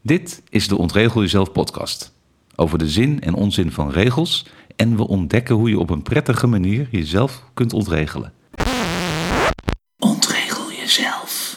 Dit is de Ontregel Jezelf podcast. Over de zin en onzin van regels en we ontdekken hoe je op een prettige manier jezelf kunt ontregelen. Ontregel jezelf.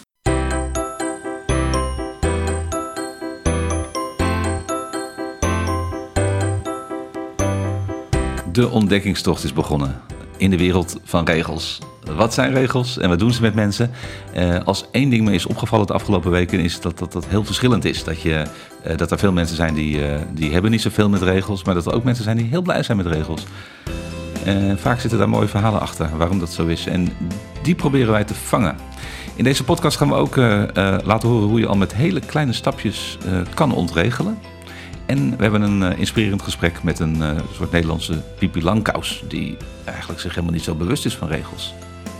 De ontdekkingstocht is begonnen in de wereld van regels. Wat zijn regels en wat doen ze met mensen? Als één ding me is opgevallen de afgelopen weken is dat heel verschillend is. Dat er veel mensen zijn die hebben niet zoveel met regels, maar dat er ook mensen zijn die heel blij zijn met regels. Vaak zitten daar mooie verhalen achter waarom dat zo is en die proberen wij te vangen. In deze podcast gaan we ook laten horen hoe je al met hele kleine stapjes kan ontregelen. En we hebben een inspirerend gesprek met een soort Nederlandse Pipi Langkous die eigenlijk zich helemaal niet zo bewust is van regels.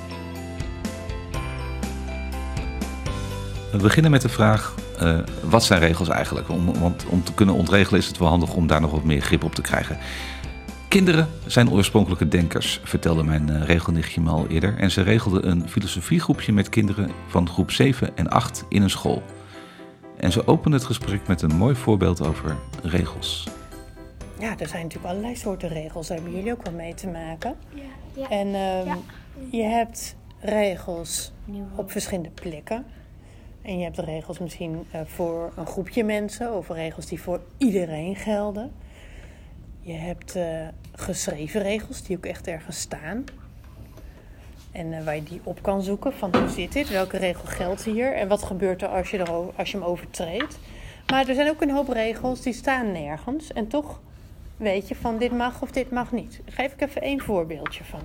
We beginnen met de vraag, wat zijn regels eigenlijk? Want om te kunnen ontregelen is het wel handig om daar nog wat meer grip op te krijgen. Kinderen zijn oorspronkelijke denkers, vertelde mijn regelnichtje me al eerder. En ze regelde een filosofiegroepje met kinderen van groep 7 en 8 in een school. En ze opende het gesprek met een mooi voorbeeld over regels. Ja, er zijn natuurlijk allerlei soorten regels. Daar hebben jullie ook wel mee te maken. Ja. En je hebt regels op verschillende plekken. En je hebt regels misschien voor een groepje mensen. Of regels die voor iedereen gelden. Je hebt geschreven regels die ook echt ergens staan. En waar je die op kan zoeken. Van hoe zit dit? Welke regel geldt hier? En wat gebeurt er als je hem overtreedt? Maar er zijn ook een hoop regels die staan nergens. En toch weet je van dit mag of dit mag niet. Daar geef ik even één voorbeeldje van.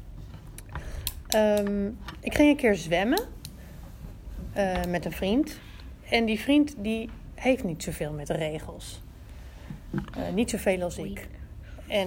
Ik ging een keer zwemmen. Met een vriend. En die vriend die heeft niet zoveel met regels. Niet zoveel als ik. En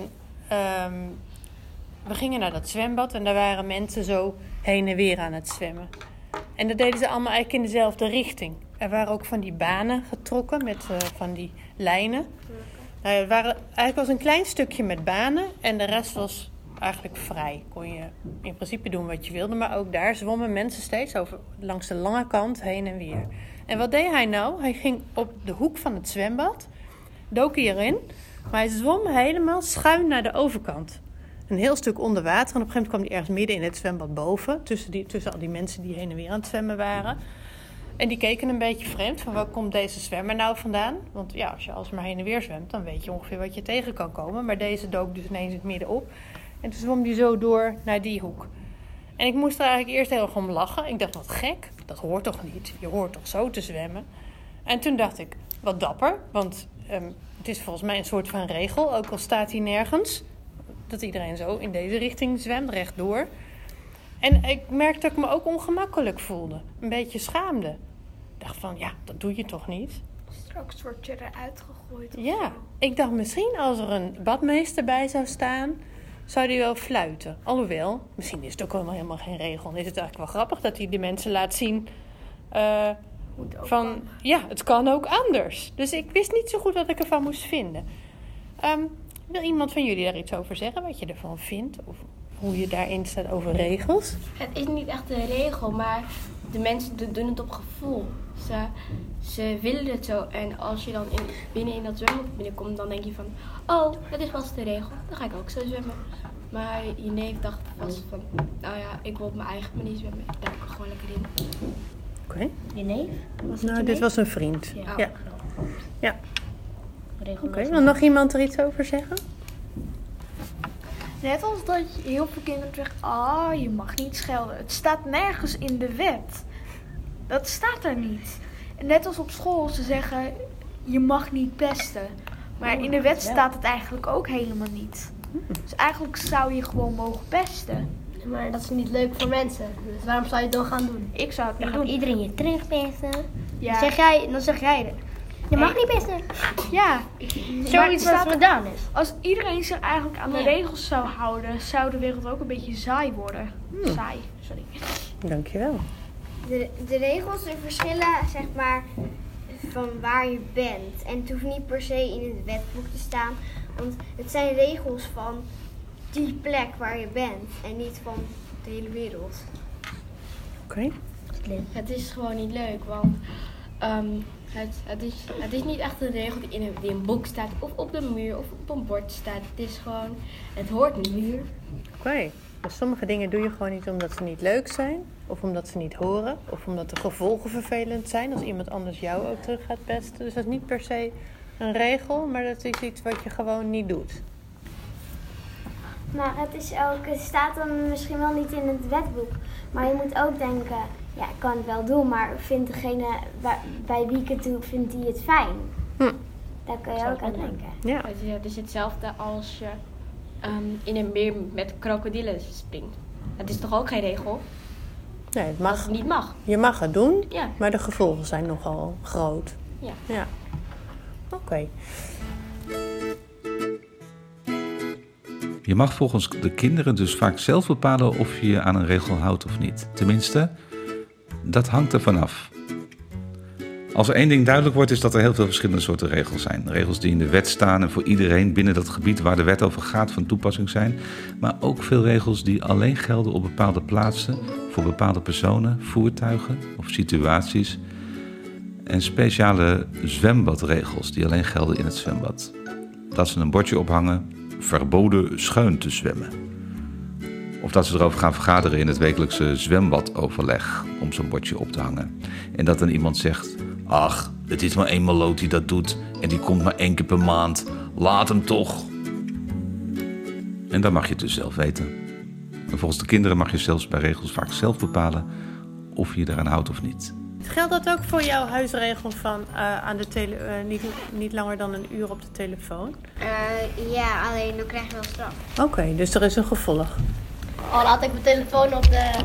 we gingen naar dat zwembad en daar waren mensen zo heen en weer aan het zwemmen. En dat deden ze allemaal eigenlijk in dezelfde richting. Er waren ook van die banen getrokken met van die lijnen. Het was een klein stukje met banen en de rest was eigenlijk vrij. Kon je in principe doen wat je wilde, maar ook daar zwommen mensen steeds langs de lange kant heen en weer. En wat deed hij nou? Hij ging op de hoek van het zwembad, dook hij erin, maar hij zwom helemaal schuin naar de overkant. Een heel stuk onder water en op een gegeven moment kwam hij ergens midden in het zwembad boven, tussen al die mensen die heen en weer aan het zwemmen waren. En die keken een beetje vreemd van waar komt deze zwemmer nou vandaan? Want ja, als je alsmaar heen en weer zwemt, dan weet je ongeveer wat je tegen kan komen. Maar deze dook dus ineens het midden op. En toen zwom die zo door naar die hoek. En ik moest er eigenlijk eerst heel erg om lachen. Ik dacht, wat gek, dat hoort toch niet? Je hoort toch zo te zwemmen? En toen dacht ik, wat dapper. Want het is volgens mij een soort van regel, ook al staat hij nergens. Dat iedereen zo in deze richting zwemt, rechtdoor. En ik merkte dat ik me ook ongemakkelijk voelde. Een beetje schaamde. Ik dacht van, ja, dat doe je toch niet? Straks word je eruit gegooid. Ja, ik dacht misschien als er een badmeester bij zou staan, zou die wel fluiten. Alhoewel, misschien is het ook helemaal geen regel. Dan is het eigenlijk wel grappig dat hij de mensen laat zien van, ja, het kan ook anders. Dus ik wist niet zo goed wat ik ervan moest vinden. Wil iemand van jullie daar iets over zeggen? Wat je ervan vindt? Of hoe je daarin staat over regels? Het is niet echt een regel, maar de mensen doen het op gevoel. Ze willen het zo. En als je dan binnen in dat zwembad binnenkomt, dan denk je van, oh, dat is vast de regel. Dan ga ik ook zo zwemmen. Maar je neef dacht vast van, nou ja, ik wil op mijn eigen manier zwemmen. Ik duik er gewoon lekker in. Oké. Je neef? Dit was een vriend. Ja. Ja. Oké, wil nog iemand er iets over zeggen? Net als dat je heel veel kinderen zegt, je mag niet schelden. Het staat nergens in de wet. Dat staat er niet. En net als op school, ze zeggen, je mag niet pesten. Maar in de wet staat het eigenlijk ook helemaal niet. Dus eigenlijk zou je gewoon mogen pesten. Maar dat is niet leuk voor mensen. Dus waarom zou je het dan gaan doen? Ik zou het Dan niet gaat doen. iedereen je terugpesten. Ja. Dan zeg jij het. Je mag niet pesten. Ja. Zoiets wat gedaan is. Als iedereen zich eigenlijk aan de regels zou houden, zou de wereld ook een beetje saai worden. Saai, sorry. Dankjewel. De regels verschillen, zeg maar, van waar je bent. En het hoeft niet per se in het wetboek te staan. Want het zijn regels van die plek waar je bent. En niet van de hele wereld. Oké. Het is gewoon niet leuk, want Het is niet echt een regel die in een boek staat of op de muur of op een bord staat. Het is gewoon, het hoort niet. Oké. Dus sommige dingen doe je gewoon niet omdat ze niet leuk zijn. Of omdat ze niet horen. Of omdat de gevolgen vervelend zijn. Als iemand anders jou ook terug gaat pesten. Dus dat is niet per se een regel. Maar dat is iets wat je gewoon niet doet. Maar het staat dan misschien wel niet in het wetboek. Maar je moet ook denken, ja, ik kan het wel doen. Maar vindt degene bij wie ik het doe, vindt die het fijn? Daar kun je ook aan denken. Ja. Het is hetzelfde als je in een meer met krokodillen springt. Het is toch ook geen regel? Nee, het Als mag. het niet mag. Je mag het doen. Ja. Maar de gevolgen zijn nogal groot. Ja. Oké. Je mag volgens de kinderen dus vaak zelf bepalen of je je aan een regel houdt of niet. Tenminste, dat hangt ervan af. Als er één ding duidelijk wordt, is dat er heel veel verschillende soorten regels zijn. Regels die in de wet staan en voor iedereen binnen dat gebied waar de wet over gaat van toepassing zijn. Maar ook veel regels die alleen gelden op bepaalde plaatsen, voor bepaalde personen, voertuigen of situaties. En speciale zwembadregels die alleen gelden in het zwembad. Dat ze een bordje ophangen, verboden schuin te zwemmen. Of dat ze erover gaan vergaderen in het wekelijkse zwembadoverleg om zo'n bordje op te hangen. En dat dan iemand zegt, ach, het is maar één maloot die dat doet en die komt maar 1 keer per maand. Laat hem toch. En dan mag je het dus zelf weten. En volgens de kinderen mag je zelfs bij regels vaak zelf bepalen of je je eraan houdt of niet. Geldt dat ook voor jouw huisregel van niet langer dan een uur op de telefoon? Ja, alleen dan krijg je wel straf. Oké, dus er is een gevolg. Al laat ik mijn telefoon op de,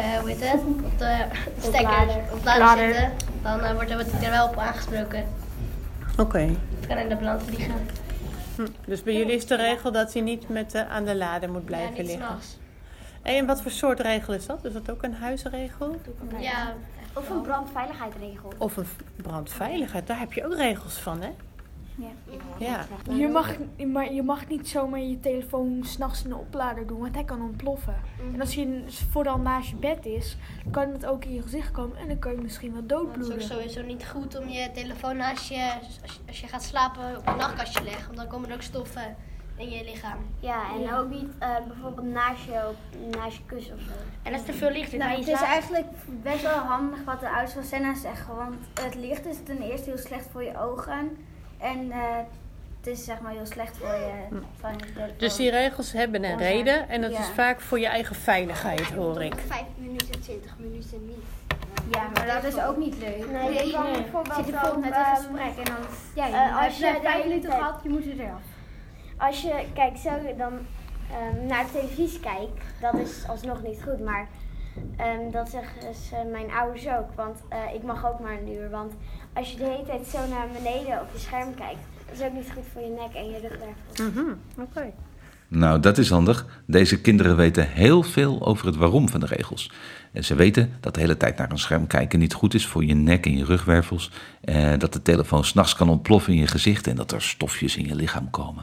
op de stekker, op lader zitten, dan wordt er wel op aangesproken. Oké. Het kan in de brand vliegen. Dus bij jullie is de regel dat hij niet aan de lader moet blijven niet liggen. 'S'nachts. En wat voor soort regel is dat? Is dat ook een huisregel? Ja, Of een brandveiligheidsregel. Of een brandveiligheid? Daar heb je ook regels van, hè? Ja. Je mag niet zomaar je telefoon 's nachts in de oplader doen, want hij kan ontploffen. En als hij vooral naast je bed is, dan kan het ook in je gezicht komen en dan kan je misschien wel het is doodbloeden. ook sowieso niet goed om je telefoon naast je, als je gaat slapen, op een nachtkastje leggen. Want dan komen er ook stoffen in je lichaam. Ja, en ook niet bijvoorbeeld naast je kussen of zo. En als er veel licht in Nou, je het is slaap. eigenlijk best wel handig wat de ouders van Senna zeggen. Want het licht is ten eerste heel slecht voor je ogen. En het is zeg maar heel slecht voor je, van je telefoon. Dus die regels hebben een reden en dat is vaak voor je eigen veiligheid, hoor ik. 5 minuten, 20 minuten niet. Ja, maar dat is ook niet leuk. Nee, je kan Zit bijvoorbeeld je bijvoorbeeld met een gesprek en dan als als je je 5 de minuten hele gehad, je moet er eraf. Als je, kijk, zo dan naar de televisie kijkt, dat is alsnog niet goed. Maar dat zeggen mijn ouders ook, want ik mag ook maar een uur. Want als je de hele tijd zo naar beneden op je scherm kijkt, dat is ook niet goed voor je nek en je rugwervel. Oké. Nou, dat is handig. Deze kinderen weten heel veel over het waarom van de regels. En ze weten dat de hele tijd naar een scherm kijken niet goed is voor je nek en je rugwervels. Dat de telefoon 's nachts kan ontploffen in je gezicht en dat er stofjes in je lichaam komen.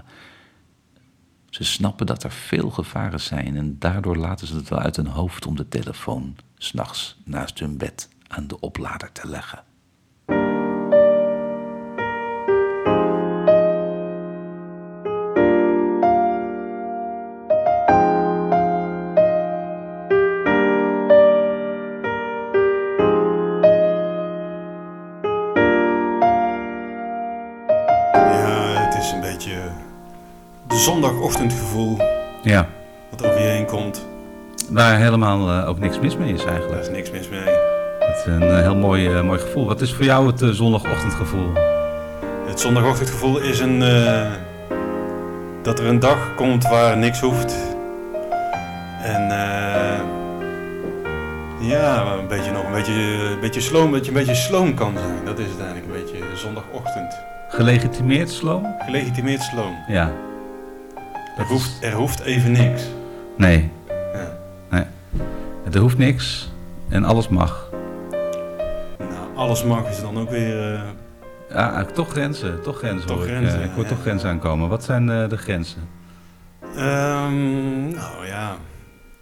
Ze snappen dat er veel gevaren zijn en daardoor laten ze het wel uit hun hoofd om de telefoon 's nachts naast hun bed aan de oplader te leggen. Ja, het is een beetje de zondagochtendgevoel Ja, wat over je heen komt. waar helemaal ook niks mis mee is Daar eigenlijk. is niks mis mee. Het is een heel mooi gevoel. Wat is voor jou het zondagochtendgevoel? Het zondagochtendgevoel is dat er een dag komt waar niks hoeft. En ja, een beetje sloom kan zijn. Dat is het eigenlijk, een beetje zondagochtend. Gelegitimeerd sloom? Gelegitimeerd sloom. Ja. Er hoeft even niks. Nee. Ja. Nee. Er hoeft niks en alles mag. Nou, alles mag is dan ook weer... Ja, toch grenzen. Toch grenzen Toch hoor grenzen, ik. Ik hoor ja. toch grenzen aankomen. Wat zijn de grenzen? Nou ja,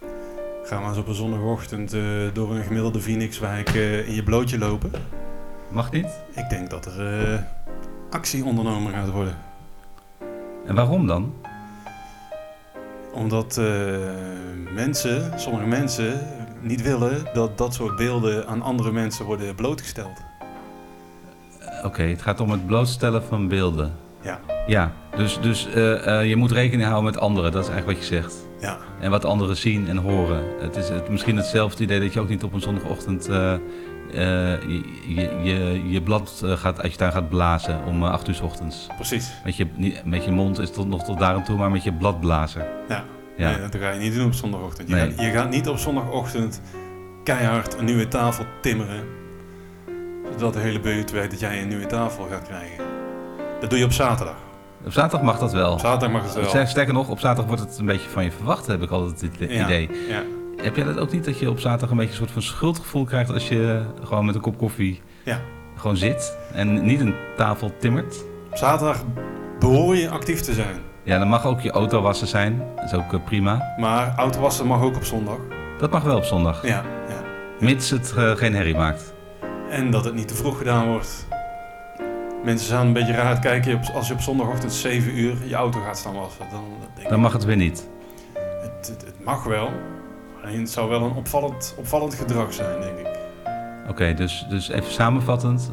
ga maar eens op een zondagochtend door een gemiddelde Phoenixwijk in je blootje lopen. Mag niet? Ik denk dat er actie ondernomen gaat worden. En waarom dan? Omdat sommige mensen niet willen dat dat soort beelden aan andere mensen worden blootgesteld. Oké, het gaat om het blootstellen van beelden. Ja. Ja, dus je moet rekening houden met anderen, dat is eigenlijk wat je zegt. Ja. En wat anderen zien en horen. Het is misschien hetzelfde idee dat je ook niet op een zondagochtend je blad als je daar gaat blazen om 8 uur 's ochtends. Precies. Met je mond is het nog tot daar aan toe, maar met je bladblazer. Ja. Ja. Nee, dat ga je niet doen op zondagochtend. Nee. Je gaat niet op zondagochtend keihard een nieuwe tafel timmeren, zodat de hele buurt weet dat jij een nieuwe tafel gaat krijgen. Dat doe je op zaterdag. Op zaterdag mag dat wel. Op zaterdag mag het wel. Sterker nog, op zaterdag wordt het een beetje van je verwacht, heb ik altijd het idee. Ja. Heb jij dat ook niet, dat je op zaterdag een beetje een soort van schuldgevoel krijgt als je gewoon met een kop koffie gewoon zit en niet een tafel timmert? Op zaterdag behoor je actief te zijn. Ja, dan mag ook je auto wassen zijn. Dat is ook prima. Maar auto wassen mag ook op zondag. Dat mag wel op zondag. Ja. Mits het geen herrie maakt. En dat het niet te vroeg gedaan wordt. Mensen zijn een beetje raar te kijken als je op zondagochtend 7 uur je auto gaat staan wassen. Dan mag het weer niet. Het mag wel. Alleen het zou wel een opvallend gedrag zijn, denk ik. Oké, dus even samenvattend.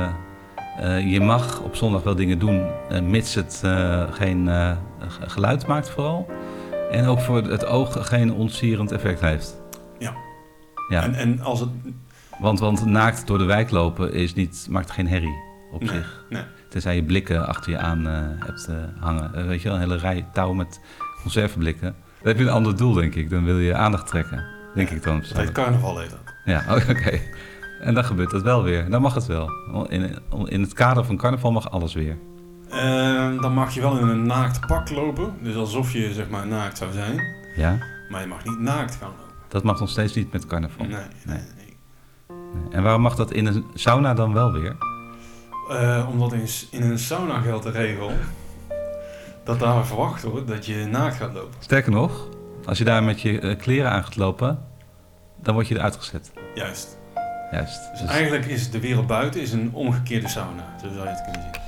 Je mag op zondag wel dingen doen, mits het geen geluid maakt vooral. En ook voor het oog geen ontsierend effect heeft. Ja. En als het... Want naakt door de wijk lopen maakt geen herrie op zich. Nee. Tenzij je blikken achter je aan hebt hangen. Weet je wel, een hele rij touw met conserveblikken. Dan heb je een ander doel, denk ik. Dan wil je aandacht trekken. Denk ik dan. Dat heet carnaval, heet dat. Ja, oké. En dan gebeurt dat wel weer. Dan mag het wel. In het kader van carnaval mag alles weer. Dan mag je wel in een naakt pak lopen. Dus alsof je zeg maar naakt zou zijn. Ja. Maar je mag niet naakt gaan lopen. Dat mag nog steeds niet met carnaval. Nee. En waarom mag dat in een sauna dan wel weer? Omdat in een sauna geldt de regel dat daar verwacht wordt dat je naakt gaat lopen. Sterker nog, als je daar met je kleren aan gaat lopen, dan word je eruit gezet. Juist. Dus eigenlijk is de wereld buiten een omgekeerde sauna. Zo zou je het kunnen zien.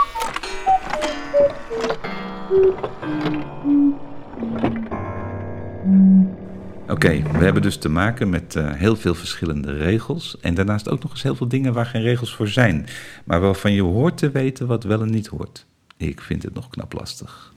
Oké, we hebben dus te maken met heel veel verschillende regels. En daarnaast ook nog eens heel veel dingen waar geen regels voor zijn. Maar waarvan je hoort te weten wat wel en niet hoort. Ik vind het nog knap lastig.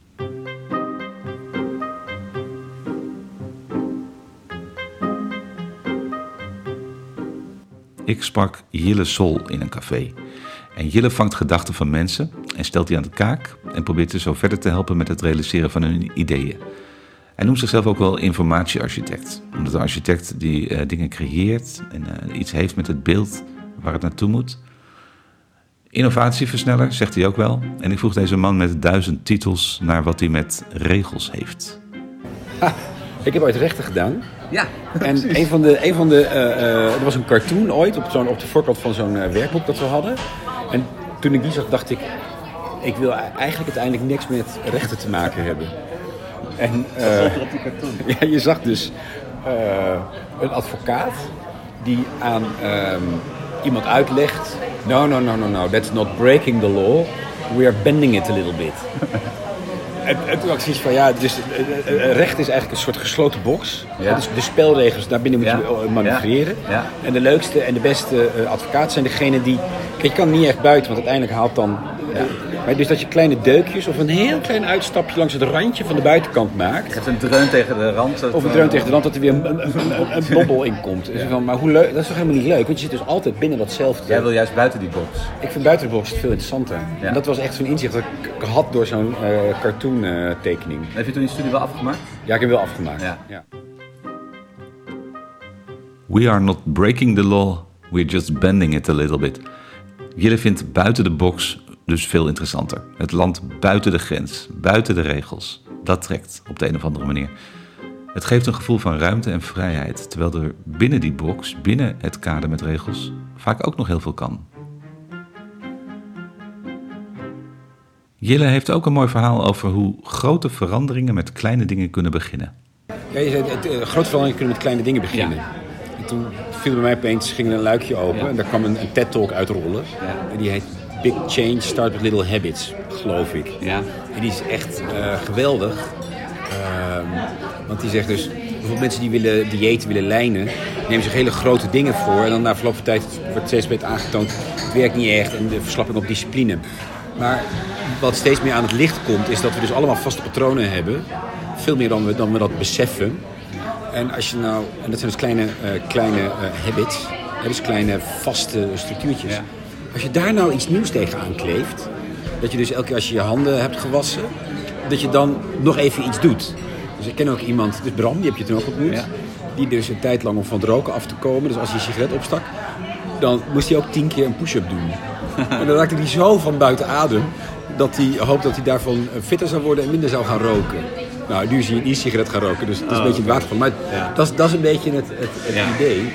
Ik sprak Jille Sol in een café. En Jille vangt gedachten van mensen en stelt die aan de kaak en probeert ze zo verder te helpen met het realiseren van hun ideeën. Hij noemt zichzelf ook wel informatiearchitect. Omdat een architect die dingen creëert en iets heeft met het beeld waar het naartoe moet. Innovatieversneller, zegt hij ook wel. En ik vroeg deze man met 1000 titels naar wat hij met regels heeft. Ik heb ooit rechten gedaan. Ja, en er was een cartoon ooit op de voorkant van zo'n werkboek dat we hadden. En toen ik die zag, dacht ik wil eigenlijk uiteindelijk niks met rechten te maken hebben. En ja, je zag dus een advocaat die aan iemand uitlegt: No, that's not breaking the law. We are bending it a little bit. En toen had ik zoiets van, dus recht is eigenlijk een soort gesloten box. Ja. Dus de spelregels, daarbinnen moet je manoeuvreren. Ja. En de leukste en de beste advocaten zijn degene die... Kijk, je kan niet echt buiten, want uiteindelijk haalt dan... Maar dus dat je kleine deukjes of een heel klein uitstapje langs het randje van de buitenkant maakt. Je hebt een dreun tegen de rand. Of een dreun tegen de rand, dat er weer een blobbel in komt. Dus van, maar hoe leuk, dat is toch helemaal niet leuk? Want je zit dus altijd binnen datzelfde. Jij wil juist buiten die box. Ik vind buiten de box veel interessanter. Ja. En dat was echt zo'n inzicht dat ik had door zo'n cartoon tekening. Heb je toen die studie wel afgemaakt? Ja, ik heb hem wel afgemaakt. Ja. We are not breaking the law, we're just bending it a little bit. Jille vindt buiten de box dus veel interessanter. Het land buiten de grens, buiten de regels. Dat trekt op de een of andere manier. Het geeft een gevoel van ruimte en vrijheid, terwijl er binnen die box, binnen het kader met regels, vaak ook nog heel veel kan. Jille heeft ook een mooi verhaal over hoe grote veranderingen met kleine dingen kunnen beginnen. Ja, je zei, grote veranderingen kunnen met kleine dingen beginnen. En toen viel bij mij opeens, ging er een luikje open en daar kwam een TED-talk uitrollen. Ja. En die heet Big Change Start with Little Habits, geloof ik. Ja. En die is echt geweldig. Want die zegt dus, bijvoorbeeld mensen die willen diëten, willen lijnen, nemen zich hele grote dingen voor. En dan na verloop van tijd wordt steeds beter aangetoond, het werkt niet echt en de verslapping op discipline. Maar wat steeds meer aan het licht komt, is dat we dus allemaal vaste patronen hebben. Veel meer dan we dat beseffen. En als je nou, en dat zijn dus kleine habits, dus kleine vaste structuurtjes. Ja. Als je daar nou iets nieuws tegenaan kleeft, dat je dus elke keer als je je handen hebt gewassen, dat je dan nog even iets doet. Dus ik ken ook iemand, dus Bram, die heb je toen ook ontmoet, die dus een tijd lang om van het roken af te komen. Dus als hij een sigaret opstak, dan moest hij ook 10 keer een push-up doen. En dan raakte hij zo van buiten adem, dat hij hoopt dat hij daarvan fitter zou worden en minder zou gaan roken. Nou, nu is hij een sigaret gaan roken, dus dat is een beetje het waterval. Maar dat is een beetje het idee.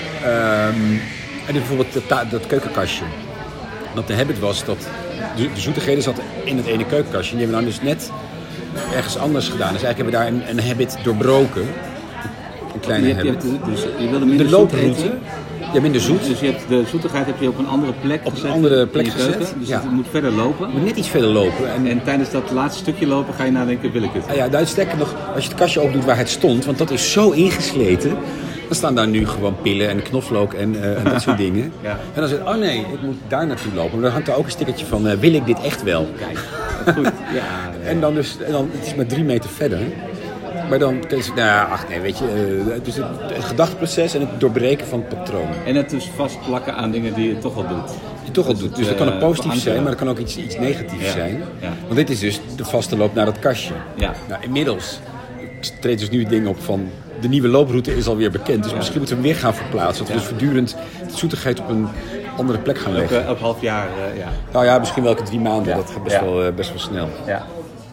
En bijvoorbeeld dat keukenkastje. Dat de habit was dat de zoetigheden zaten in het ene keukenkastje. Die hebben we dan dus net ergens anders gedaan. Dus eigenlijk hebben we daar een habit doorbroken. Een kleine habit. Dus je wilde minder de looproute. Ja, minder zoet. Dus je hebt de zoetigheid heb je op een andere plek gezet. Op een andere plek gezet. Dus het moet verder lopen. Het moet net iets verder lopen. En tijdens dat laatste stukje lopen ga je nadenken, wil ik het? Ja, sterker nog, als je het kastje opdoet waar het stond, want dat is zo ingesleten. Dan staan daar nu gewoon pillen en knoflook en dat soort dingen. Ja. En dan zeg je, oh nee, ik moet daar naartoe lopen. Maar dan hangt er ook een stickertje van, wil ik dit echt wel? Kijk, goed. Ja. En dan het is maar 3 meter verder. Maar dan kun je zeggen, weet je, dus het gedachteproces en het doorbreken van het patroon. En het dus vastplakken aan dingen die je toch al doet. Die toch al doet. Dus dat kan ook positief zijn, maar dat kan ook iets negatiefs zijn. Ja. Want dit is dus de vaste loop naar dat kastje. Ja. Nou, inmiddels treedt dus nu het ding op van de nieuwe looproute is alweer bekend. Dus misschien moeten we hem weer gaan verplaatsen. Dat we dus voortdurend de zoetigheid op een andere plek gaan leggen. Elk half jaar, Nou ja, misschien wel elke 3 maanden. Dat gaat best wel snel. Ja.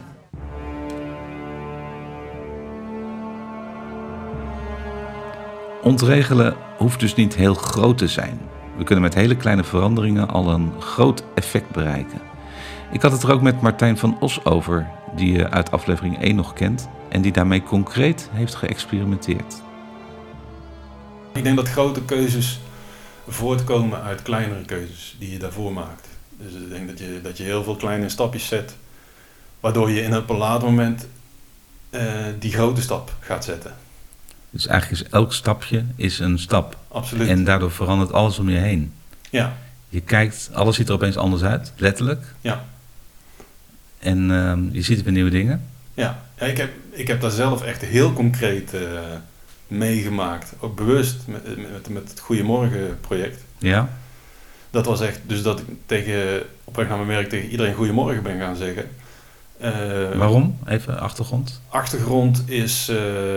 Ontregelen hoeft dus niet heel groot te zijn. We kunnen met hele kleine veranderingen al een groot effect bereiken. Ik had het er ook met Martijn van Os over, die je uit aflevering 1 nog kent en die daarmee concreet heeft geëxperimenteerd. Ik denk dat grote keuzes voortkomen uit kleinere keuzes die je daarvoor maakt. Dus ik denk dat je heel veel kleine stapjes zet, waardoor je op een later moment die grote stap gaat zetten. Dus eigenlijk is elk stapje een stap. Absoluut. En daardoor verandert alles om je heen. Ja. Je kijkt, alles ziet er opeens anders uit, letterlijk. Ja. En je ziet weer nieuwe dingen. Ja, ik heb daar zelf echt heel concreet meegemaakt. Ook bewust met het Goedemorgen project. Ja. Dat was echt, dus dat ik op weg naar mijn werk tegen iedereen Goedemorgen ben gaan zeggen. Waarom? Even achtergrond. Achtergrond is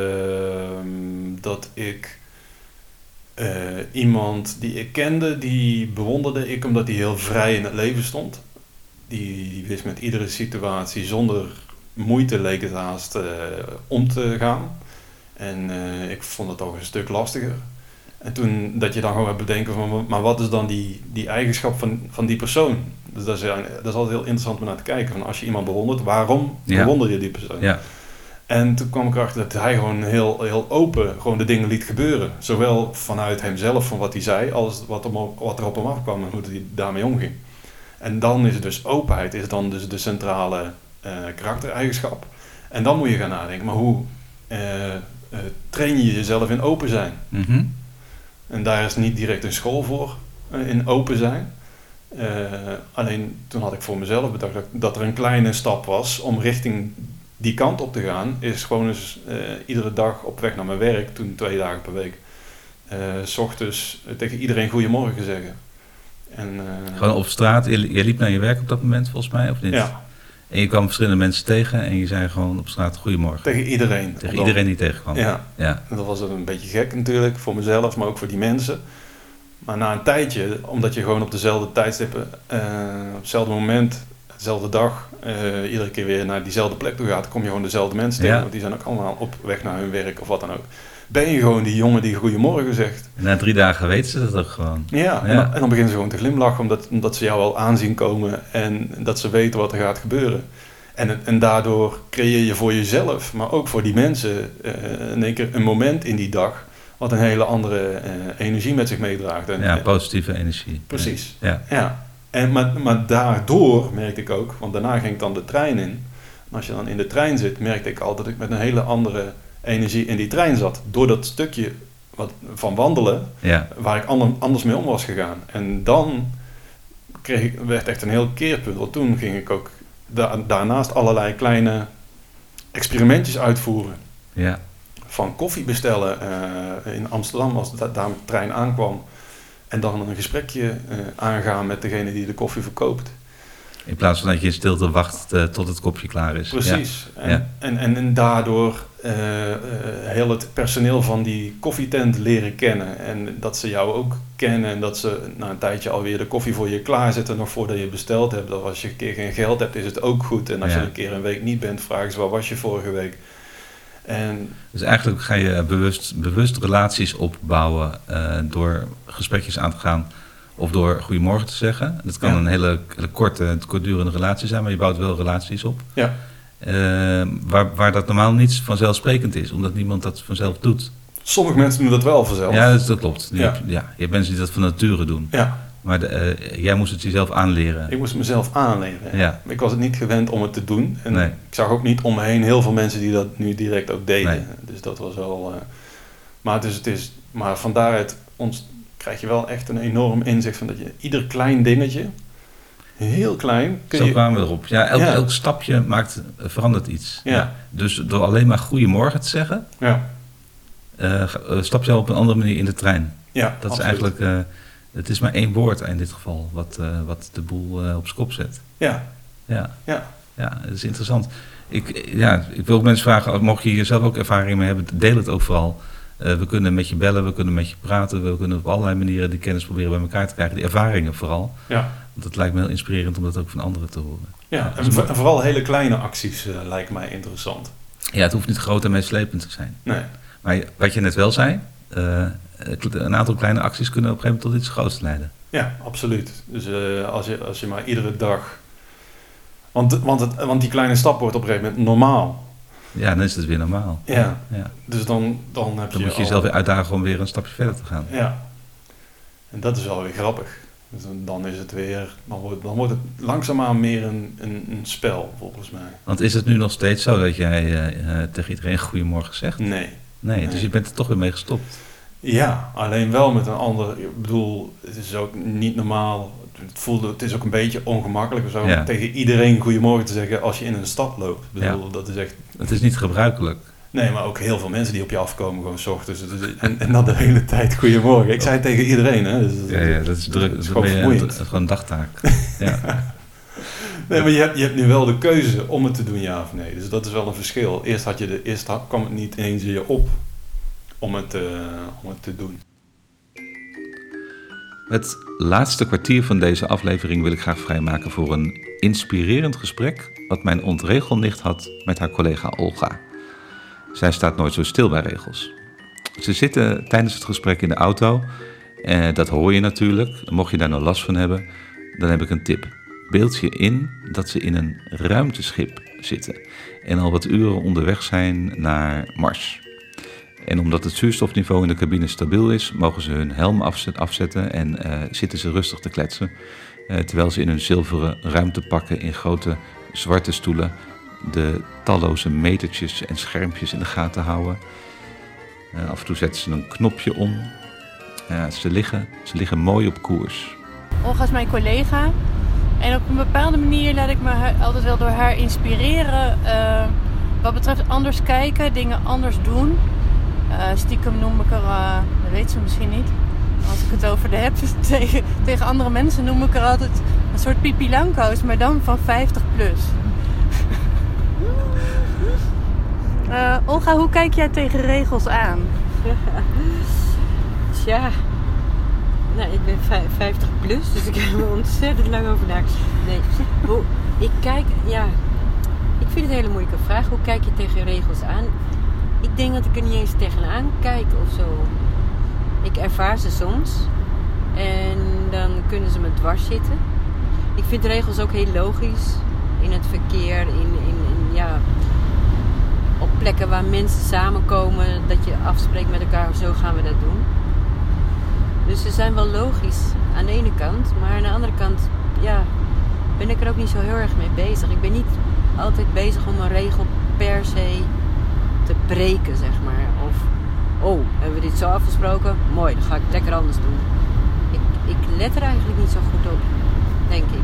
dat ik iemand die ik kende, die bewonderde ik omdat hij heel vrij in het leven stond. Die wist met iedere situatie zonder moeite, leek het haast, om te gaan. En ik vond het toch een stuk lastiger. En toen dat je dan gewoon gaat bedenken van, maar wat is dan die eigenschap van die persoon? Dus dat is altijd heel interessant om naar te kijken. Van als je iemand bewondert, waarom bewonder je die persoon? Ja. En toen kwam ik erachter dat hij gewoon heel open gewoon de dingen liet gebeuren. Zowel vanuit hemzelf, van wat hij zei, als wat er op hem afkwam en hoe hij daarmee omging. En dan is het dus openheid, is dan dus de centrale karaktereigenschap. En dan moet je gaan nadenken, maar hoe train je jezelf in open zijn? Mm-hmm. En daar is niet direct een school voor, in open zijn. Alleen toen had ik voor mezelf bedacht dat er een kleine stap was om richting die kant op te gaan. Is gewoon eens iedere dag op weg naar mijn werk, toen 2 dagen per week, 's ochtends tegen iedereen goedemorgen zeggen. En, gewoon op straat, je liep naar je werk op dat moment volgens mij, of niet? Ja. En je kwam verschillende mensen tegen en je zei gewoon op straat goedemorgen. Tegen iedereen. Tegen iedereen die tegenkwam. Ja. En dat was een beetje gek natuurlijk, voor mezelf, maar ook voor die mensen. Maar na een tijdje, omdat je gewoon op dezelfde tijdstippen, op hetzelfde moment, dezelfde dag, iedere keer weer naar diezelfde plek toe gaat, kom je gewoon dezelfde mensen tegen. Want die zijn ook allemaal op weg naar hun werk of wat dan ook. Ben je gewoon die jongen die goedemorgen zegt. En na 3 dagen weten ze dat ook gewoon. Ja. En dan beginnen ze gewoon te glimlachen omdat ze jou al aanzien komen en dat ze weten wat er gaat gebeuren. En daardoor creëer je voor jezelf, maar ook voor die mensen in één keer een moment in die dag wat een hele andere energie met zich meedraagt. En, positieve energie. Precies. Ja. Maar daardoor merkte ik ook, want daarna ging ik dan de trein in. En als je dan in de trein zit, merkte ik al dat ik met een hele andere energie in die trein zat. Door dat stukje van wandelen, waar ik anders mee om was gegaan. En dan werd echt een heel keerpunt. Want toen ging ik ook daarnaast allerlei kleine experimentjes uitvoeren. Ja. Van koffie bestellen in Amsterdam als daar de trein aankwam. En dan een gesprekje aangaan met degene die de koffie verkoopt. In plaats van dat je in stilte wacht tot het kopje klaar is. Precies. En daardoor heel het personeel van die koffietent leren kennen. En dat ze jou ook kennen. En dat ze na een tijdje alweer de koffie voor je klaarzetten. Nog voordat je besteld hebt. Dat als je een keer geen geld hebt, is het ook goed. En als je een keer een week niet bent, vragen ze waar was je vorige week. Dus eigenlijk ga je bewust relaties opbouwen door gesprekjes aan te gaan of door goedemorgen te zeggen. Dat kan een hele kortdurende relatie zijn, maar je bouwt wel relaties op. Ja. Waar dat normaal niet vanzelfsprekend is, omdat niemand dat vanzelf doet. Sommige mensen doen dat wel vanzelf. Ja, dat klopt. Je hebt mensen die dat van nature doen. Ja. Maar jij moest het jezelf aanleren. Ik moest mezelf aanleren. Ja. Ik was het niet gewend om het te doen. En nee. Ik zag ook niet om me heen heel veel mensen die dat nu direct ook deden. Nee. Dus dat was wel... Maar van daaruit krijg je wel echt een enorm inzicht van dat je ieder klein dingetje, heel klein... Zo kwamen we erop. Ja, elk stapje verandert iets. Ja. Ja. Dus door alleen maar goedemorgen te zeggen, stap je al op een andere manier in de trein. Ja, dat absoluut. is eigenlijk... het is maar één woord in dit geval, wat de boel op z'n kop zet. Ja, dat is interessant. Ik wil ook mensen vragen, mocht je hier zelf ook ervaring mee hebben, deel het ook vooral. We kunnen met je bellen, we kunnen met je praten, we kunnen op allerlei manieren die kennis proberen bij elkaar te krijgen. Die ervaringen vooral. Ja. Want het lijkt me heel inspirerend om dat ook van anderen te horen. Ja, en vooral hele kleine acties lijken mij interessant. Ja, het hoeft niet groot en meeslepend te zijn. Nee. Maar wat je net wel zei, een aantal kleine acties kunnen op een gegeven moment tot iets groots leiden. Ja, absoluut. Dus als je maar iedere dag... Want die kleine stap wordt op een gegeven moment normaal. Ja, dan is het weer normaal. Ja. Dus dan heb je... Dan moet je jezelf weer uitdagen om weer een stapje verder te gaan. Ja. En dat is wel weer grappig. Dus dan is het weer... Dan wordt het langzaamaan meer een spel, volgens mij. Want is het nu nog steeds zo dat jij tegen iedereen goedemorgen zegt? Nee, dus je bent er toch weer mee gestopt. Ja, alleen wel met een ander... Ik bedoel, het is ook niet normaal... Het is ook een beetje ongemakkelijk of zo, om tegen iedereen goedemorgen te zeggen als je in een stad loopt. Ik bedoel, dat is echt... Het is niet gebruikelijk. Nee, maar ook heel veel mensen die op je afkomen gewoon 's ochtends. En dan de hele tijd goedemorgen. Ik zei het tegen iedereen, hè. Dus, dat is druk. Dat is gewoon vermoeiend. Dat is gewoon een dagtaak. Ja. Nee, maar je hebt nu wel de keuze om het te doen, ja of nee. Dus dat is wel een verschil. Eerst kwam het niet ineens in je op om het te doen. Het laatste kwartier van deze aflevering wil ik graag vrijmaken voor een inspirerend gesprek wat mijn ontregelnicht had met haar collega Olga. Zij staat nooit zo stil bij regels. Ze zitten tijdens het gesprek in de auto. Dat hoor je natuurlijk. Mocht je daar nou last van hebben, dan heb ik een tip. Beeld je in dat ze in een ruimteschip zitten en al wat uren onderweg zijn naar Mars. En omdat het zuurstofniveau in de cabine stabiel is, mogen ze hun helm afzetten en zitten ze rustig te kletsen. Terwijl ze in hun zilveren ruimtepakken in grote zwarte stoelen de talloze metertjes en schermpjes in de gaten houden. Af en toe zetten ze een knopje om. Ze liggen mooi op koers. Olga is mijn collega. En op een bepaalde manier laat ik me altijd wel door haar inspireren. Wat betreft anders kijken, dingen anders doen. Stiekem noem ik haar, dat weet ze misschien niet. Als ik het over de heb, tegen andere mensen noem ik haar altijd een soort Pipi Langkous, maar dan van 50 plus. Olga, hoe kijk jij tegen regels aan? Tja, nou, ik ben 50 plus, dus ik heb er ontzettend lang over nagedacht. Nee, ik vind het een hele moeilijke vraag. Hoe kijk je tegen regels aan? Ik denk dat ik er niet eens tegenaan kijk of zo. Ik ervaar ze soms en dan kunnen ze me dwars zitten. Ik vind de regels ook heel logisch in het verkeer, plekken waar mensen samenkomen, dat je afspreekt met elkaar, zo gaan we dat doen. Dus ze zijn wel logisch aan de ene kant, maar aan de andere kant, ja, ben ik er ook niet zo heel erg mee bezig. Ik ben niet altijd bezig om een regel per se te breken, zeg maar. Of, hebben we dit zo afgesproken? Mooi, dan ga ik het lekker anders doen. Ik let er eigenlijk niet zo goed op, denk ik.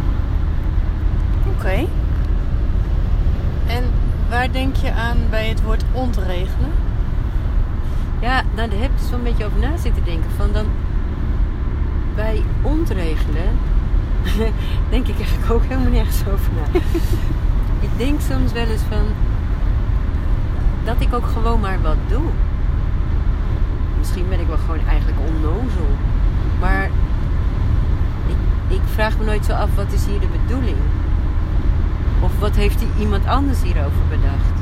Oké. En waar denk je aan bij het woord ontregelen? Ja, nou, daar heb ik dus wel een beetje over na zitten denken. Van dan, bij ontregelen, denk ik eigenlijk ook helemaal nergens over na. Ik denk soms wel eens van, dat ik ook gewoon maar wat doe. Misschien ben ik wel gewoon eigenlijk onnozel. Maar ik vraag me nooit zo af, wat is hier de bedoeling? Of wat heeft iemand anders hierover bedacht?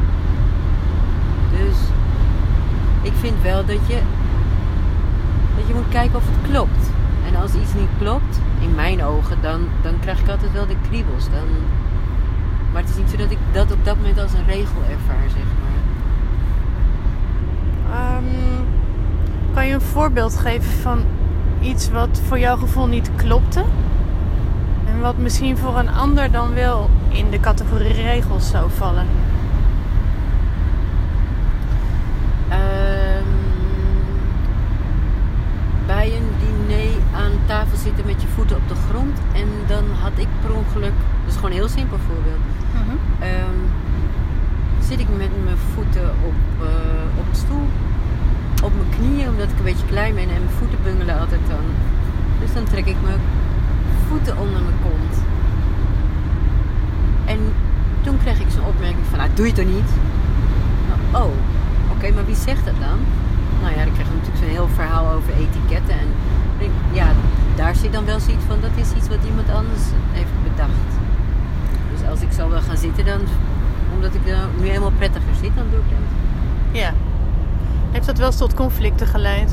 Dus ik vind wel dat je moet kijken of het klopt. En als iets niet klopt, in mijn ogen, dan krijg ik altijd wel de kriebels. Maar het is niet zo dat ik dat op dat moment als een regel ervaar, zeg maar. Kan je een voorbeeld geven van iets wat voor jouw gevoel niet klopte? En wat misschien voor een ander dan wel in de categorie regels zou vallen? Bij een diner aan tafel zitten met je voeten op de grond. En dan had ik per ongeluk, dat is gewoon een heel simpel voorbeeld. Zit ik met mijn voeten op de stoel, op mijn knieën, omdat ik een beetje klein ben en mijn voeten bungelen altijd dan. Dus dan trek ik mijn voeten onder mijn kont. En toen kreeg ik zo'n opmerking van, doe je het toch niet? Nou, oké, maar wie zegt dat dan? Nou ja, dan krijg je natuurlijk zo'n heel verhaal over etiketten. En ja, daar zit dan wel zoiets van, dat is iets wat iemand anders heeft bedacht. Dus als ik zo wil gaan zitten, dan, omdat ik nu helemaal prettiger zit, dan doe ik dat. Ja. Heeft dat wel eens tot conflicten geleid?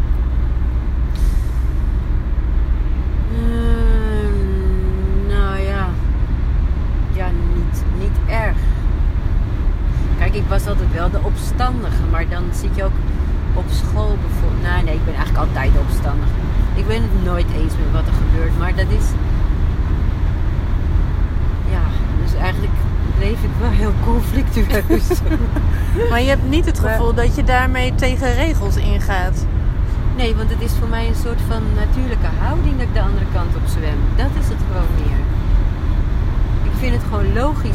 Nou ja. Ja, niet erg. Kijk, ik was altijd wel de opstandige, maar dan zit je ook op school bijvoorbeeld. Nee, ik ben eigenlijk altijd opstandig. Ik ben het nooit eens met wat er gebeurt, maar dat is... Ja, dus eigenlijk leef ik wel heel conflictueus. Maar je hebt niet het gevoel dat je daarmee tegen regels ingaat? Nee, want het is voor mij een soort van natuurlijke houding dat ik de andere kant op zwem. Dat is het gewoon meer. Ik vind het gewoon logisch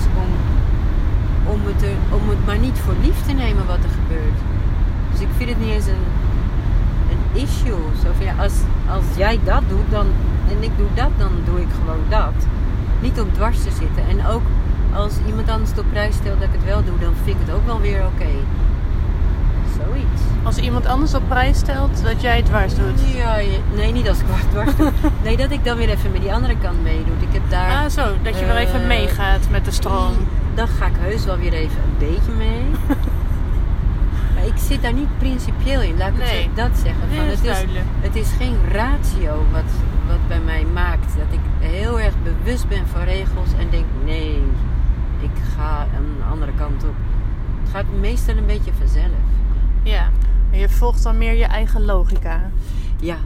om het maar niet voor lief te nemen wat er gebeurt. Dus ik vind het niet eens een issue. Zo van, ja, als jij dat doet en ik doe dat, dan doe ik gewoon dat. Niet om dwars te zitten. En ook als iemand anders het op prijs stelt dat ik het wel doe, dan vind ik het ook wel weer oké. Zoiets. Als iemand anders op prijs stelt dat jij het dwars doet? Ja, nee, niet als ik dwars doe. Nee, dat ik dan weer even met die andere kant meedoe. Ik heb daar... zo, dat je weer even meegaat met de stroom. Dan ga ik heus wel weer even een beetje mee. Maar ik zit daar niet principieel in, laat ik het dat zeggen. Van, het is geen ratio wat bij mij maakt. Dat ik heel erg bewust ben van regels en denk, nee, ik ga een andere kant op. Het gaat meestal een beetje vanzelf. Ja, en je volgt dan meer je eigen logica. Ja.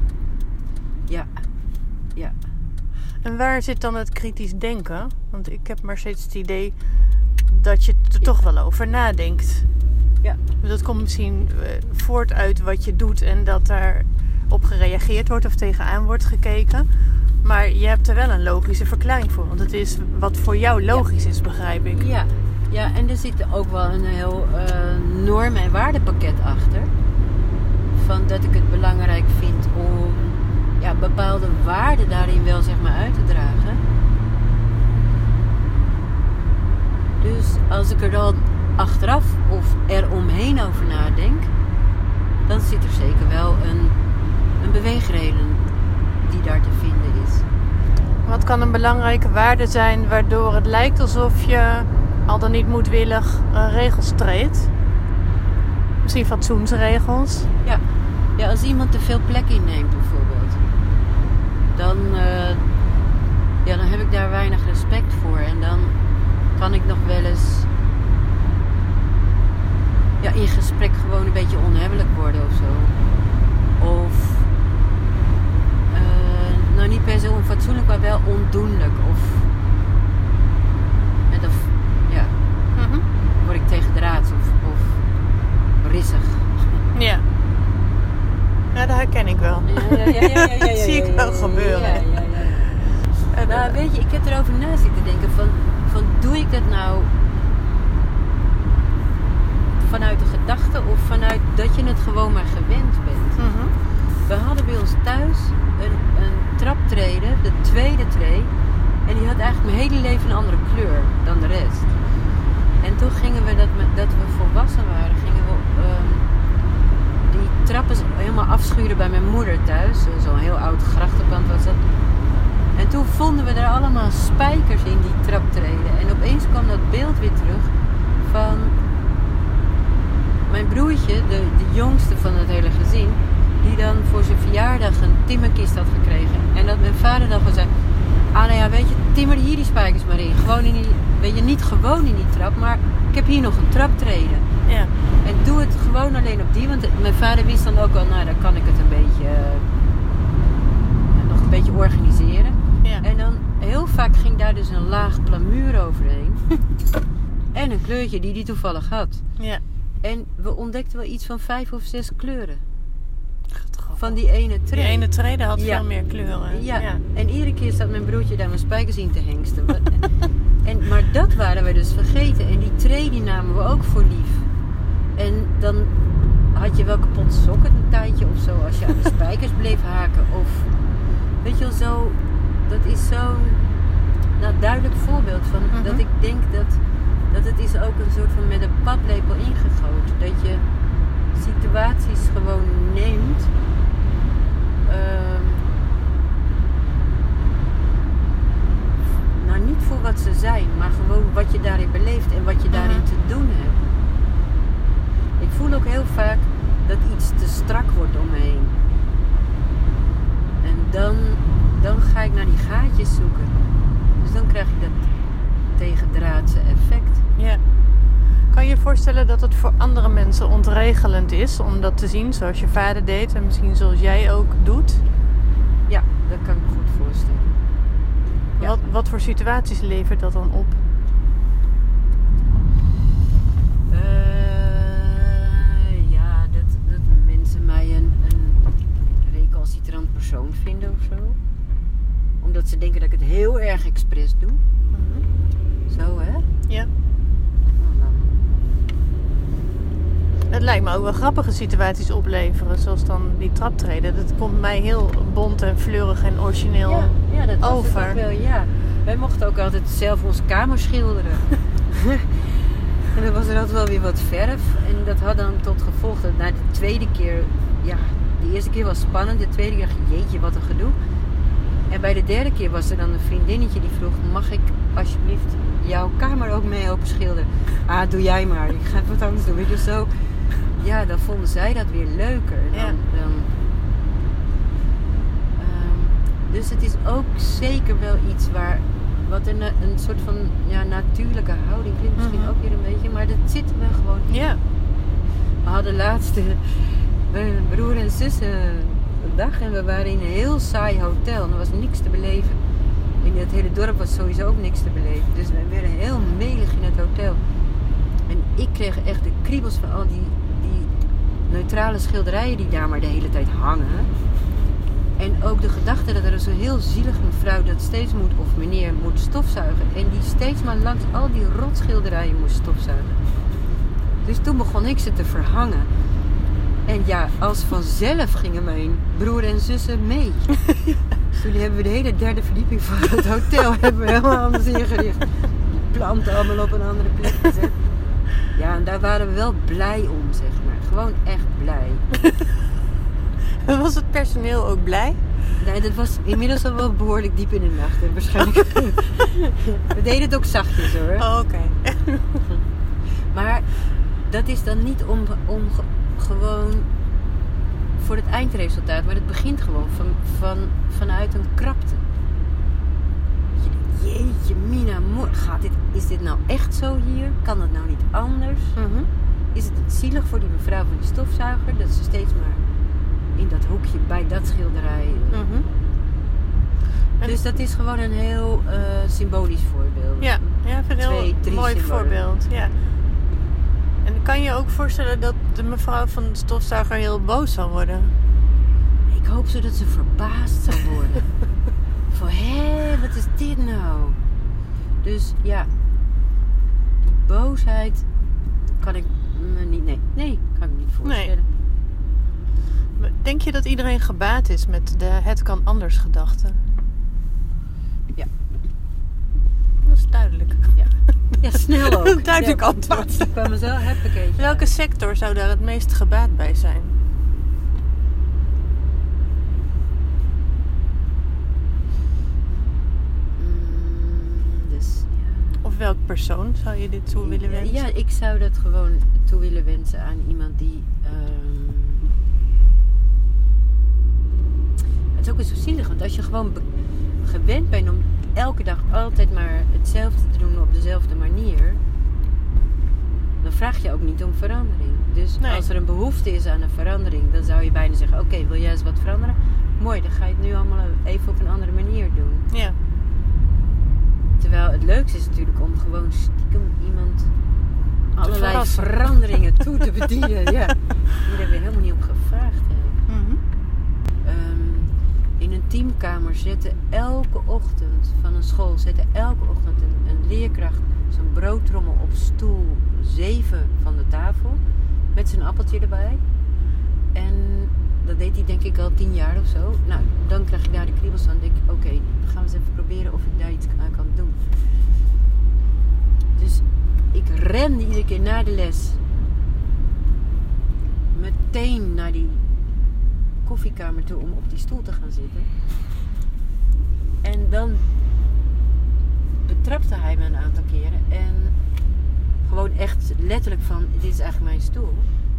En waar zit dan het kritisch denken? Want ik heb maar steeds het idee dat je er toch wel over nadenkt. Ja. Dat komt misschien voort uit wat je doet en dat daar op gereageerd wordt of tegenaan wordt gekeken. Maar je hebt er wel een logische verklaring voor. Want het is wat voor jou logisch is, begrijp ik. Ja, en er zit ook wel een heel normen- en waardepakket achter. Van dat ik het belangrijk vind om bepaalde waarden daarin wel zeg maar uit te dragen. Dus als ik er dan achteraf of eromheen over nadenk, dan zit er zeker wel een beweegreden die daar te vinden is. Wat kan een belangrijke waarde zijn waardoor het lijkt alsof je al dan niet moedwillig regels treedt? Misschien fatsoensregels? Ja, als iemand te veel plek inneemt bijvoorbeeld, dan heb ik daar weinig respect voor. En dan kan ik nog wel eens Dat zie ik wel gebeuren. Ja. Nou, weet je, ik heb erover na zitten denken van doe ik dat nou vanuit de gedachte of vanuit dat je het gewoon maar gewend bent. Mhm. We hadden bij ons thuis een traptrede, de tweede tree. En die had eigenlijk mijn hele leven een andere kleur dan de rest. En toen gingen we, dat we volwassen waren, gingen we die trappen helemaal afschuren bij mijn moeder thuis. Zo'n heel oud grachtenpand was dat. En toen vonden we er allemaal spijkers in die traptreden. En opeens kwam dat beeld weer terug van mijn broertje, de jongste van het hele gezin, die dan voor zijn verjaardag een timmerkist had gekregen. En dat mijn vader dan gewoon zei, nou ja, weet je, timmer hier die spijkers maar in. Gewoon in die, weet je, niet gewoon in die trap, maar ik heb hier nog een traptreden. Ja. En doe het gewoon alleen op die, want mijn vader wist dan ook wel, nou dan kan ik het een beetje, nog een beetje organiseren. Ja. En dan heel vaak ging daar dus een laag plamuur overheen. En een kleurtje die toevallig had. Ja. En we ontdekten wel iets van 5 of 6 kleuren. Van die ene trede. Die ene trede had veel meer kleuren. Ja. En iedere keer zat mijn broertje daar mijn spijkers in te hengsten. Maar dat waren we dus vergeten. En die trede die namen we ook voor lief. En dan had je wel kapot sokken een tijdje of zo. Als je aan de spijkers bleef haken. Of weet je wel zo. Dat is zo'n duidelijk voorbeeld van dat ik denk dat het is ook een soort van met een paplepel ingegoten. Dat je situaties gewoon neemt. Nou, niet voor wat ze zijn, maar gewoon wat je daarin beleeft en wat je daarin te doen hebt. Ik voel ook heel vaak dat iets te strak wordt om me heen. En dan ga ik naar die gaatjes zoeken. Dus dan krijg je dat tegendraadse effect. Ja. Kan je je voorstellen dat het voor andere mensen ontregelend is om dat te zien, zoals je vader deed en misschien zoals jij ook doet? Ja, dat kan ik me goed voorstellen. Ja. Wat voor situaties levert dat dan op? Ja, dat mensen mij een recalcitrant persoon vinden of zo. Omdat ze denken dat ik het heel erg expres doe. Zo, hè? Ja. Het lijkt me ook wel grappige situaties opleveren, zoals dan die traptreden. Dat komt mij heel bont en fleurig en origineel ja, dat was over. Het ook wel, ja. Wij mochten ook altijd zelf onze kamer schilderen. En dan was er altijd wel weer wat verf. En dat had dan tot gevolg dat na de tweede keer, ja, de eerste keer was spannend. De tweede keer dacht je, jeetje, wat een gedoe. En bij de derde keer was er dan een vriendinnetje die vroeg, mag ik alsjeblieft jouw kamer ook mee open schilderen? Ah, doe jij maar. Ik ga even wat anders doen. Weet je, zo. Ja, dan vonden zij dat weer leuker. Dus het is ook zeker wel iets wat een soort van natuurlijke houding klinkt misschien ook weer een beetje, maar dat zit me gewoon in. Ja. We hadden laatst mijn broer en zus een dag en we waren in een heel saai hotel en er was niks te beleven. In het hele dorp was sowieso ook niks te beleven. Dus we werden heel melig in het hotel. En ik kreeg echt de kriebels van al die neutrale schilderijen die daar maar de hele tijd hangen. En ook de gedachte dat er zo'n heel zielige mevrouw dat steeds moet, of meneer moet stofzuigen. En die steeds maar langs al die rotschilderijen moest stofzuigen. Dus toen begon ik ze te verhangen. En ja, als vanzelf gingen mijn broer en zussen mee. Dus toen hebben we de hele derde verdieping van het hotel hebben we helemaal anders ingericht. Die planten allemaal op een andere plek gezet. Ja, en daar waren we wel blij om, zeg maar. Gewoon echt blij. Was het personeel ook blij? Nee, dat was inmiddels al wel behoorlijk diep in de nacht. En waarschijnlijk... We deden het ook zachtjes hoor. Oh, oké. Maar dat is dan niet om gewoon voor het eindresultaat. Maar het begint gewoon vanuit een krapte. Jeetje, Mina, is dit nou echt zo hier? Kan het nou niet anders? Is het zielig voor die mevrouw van die stofzuiger dat ze steeds maar in dat hoekje bij dat schilderij. Dus dat is gewoon een heel symbolisch voorbeeld. Ja, ik vind het een heel mooi voorbeeld. Ja. En kan je ook voorstellen dat de mevrouw van de stofzuiger heel boos zal worden? Ik hoop zo dat ze verbaasd zal worden. Van, wat is dit nou? Dus ja, die boosheid kan ik me niet... Nee, kan ik me niet voorstellen. Nee. Denk je dat iedereen gebaat is met de het kan anders gedachte? Ja. Dat is duidelijk. Ja, snel ook. Duidelijk antwoord. Ik kwam mezelf een Welke sector zou daar het meest gebaat bij zijn? Of welk persoon zou je dit toe willen wensen? Ja, ik zou dat gewoon toe willen wensen aan iemand die... Het is ook zo zielig, want als je gewoon gewend bent om elke dag altijd maar hetzelfde te doen op dezelfde manier, dan vraag je ook niet om verandering. Dus als er een behoefte is aan een verandering, dan zou je bijna zeggen, oké, wil jij eens wat veranderen? Mooi, dan ga je het nu allemaal even op een andere manier doen. Ja. Terwijl het leukste is natuurlijk om gewoon stiekem iemand allerlei veranderingen toe te bedienen. Ja. Die daar weer helemaal niet op gevraagd hebben. Mm-hmm. In een teamkamer zette elke ochtend van een school elke ochtend een leerkracht zo'n broodtrommel op stoel 7 van de tafel met zijn appeltje erbij. En dat deed hij denk ik al 10 jaar of zo. Nou, dan krijg ik daar de kriebels van. Denk ik, oké, dan gaan we eens even proberen of ik daar iets aan kan doen. Dus ik rende iedere keer na de les. Meteen naar die koffiekamer toe om op die stoel te gaan zitten. En dan betrapte hij me een aantal keren. En gewoon echt letterlijk van, dit is eigenlijk mijn stoel.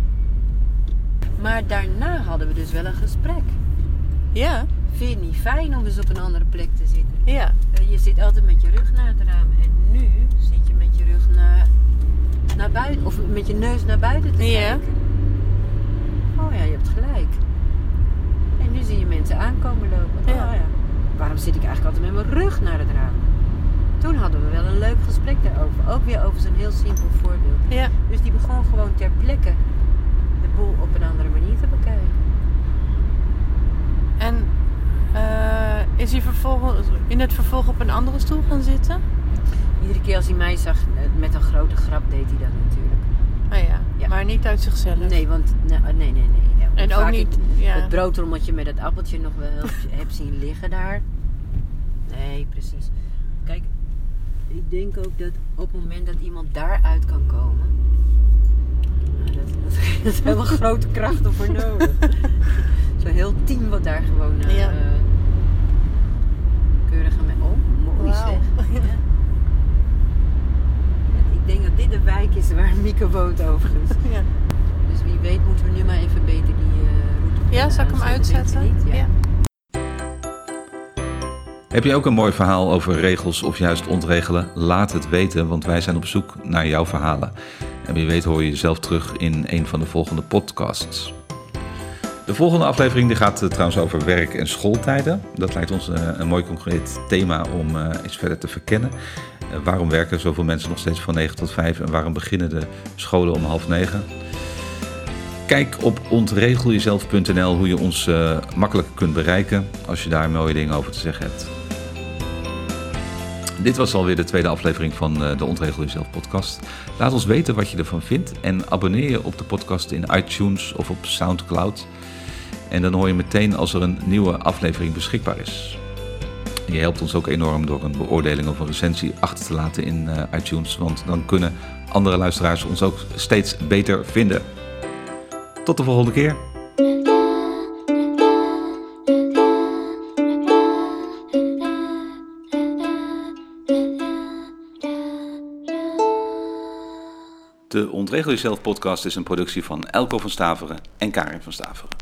Maar daarna hadden we dus wel een gesprek. Ja. Vind je het niet fijn om dus op een andere plek te zitten? Ja. Je zit altijd met je rug naar het raam. En nu zit je met je rug naar buiten. Of met je neus naar buiten te kijken. Oh ja, je hebt gelijk. En nu zie je mensen aankomen lopen. Ja. Oh ja. Waarom zit ik eigenlijk altijd met mijn rug naar het raam? Toen hadden we wel een leuk gesprek daarover. Ook weer over zo'n heel simpel voorbeeld. Ja. Dus die begon gewoon ter plekke de boel op een andere manier te bekijken. En is hij in het vervolg op een andere stoel gaan zitten? Iedere keer als hij mij zag, met een grote grap deed hij dat natuurlijk. Oh ja. Maar niet uit zichzelf? Nee, want... Nee. Ja, en ook niet... Het broodrommeltje met het appeltje nog wel heb zien liggen daar. Nee, precies. Kijk, ik denk ook dat op het moment dat iemand daaruit kan komen... Dat is helemaal grote krachten voor nodig. Zo'n heel team wat daar gewoon keurig aan mee. Oh, mooi zeg. Ja. Ik denk dat dit de wijk is waar Mieke woont overigens. Ja. Dus wie weet moeten we nu maar even beter die route. Ja, zal ik hem uitzetten? Niet? Ja. Heb je ook een mooi verhaal over regels of juist ontregelen? Laat het weten, want wij zijn op zoek naar jouw verhalen. En wie weet hoor je jezelf terug in een van de volgende podcasts. De volgende aflevering die gaat trouwens over werk- en schooltijden. Dat lijkt ons een mooi concreet thema om eens verder te verkennen. Waarom werken zoveel mensen nog steeds van 9 tot 5 en waarom beginnen de scholen om 8:30? Kijk op ontregeljezelf.nl hoe je ons makkelijker kunt bereiken als je daar mooie dingen over te zeggen hebt. Dit was alweer de tweede aflevering van de Ontregel Jezelf podcast. Laat ons weten wat je ervan vindt en abonneer je op de podcast in iTunes of op Soundcloud. En dan hoor je meteen als er een nieuwe aflevering beschikbaar is. Je helpt ons ook enorm door een beoordeling of een recensie achter te laten in iTunes, want dan kunnen andere luisteraars ons ook steeds beter vinden. Tot de volgende keer. De Ontregel Jezelf podcast is een productie van Elko van Staveren en Karin van Staveren.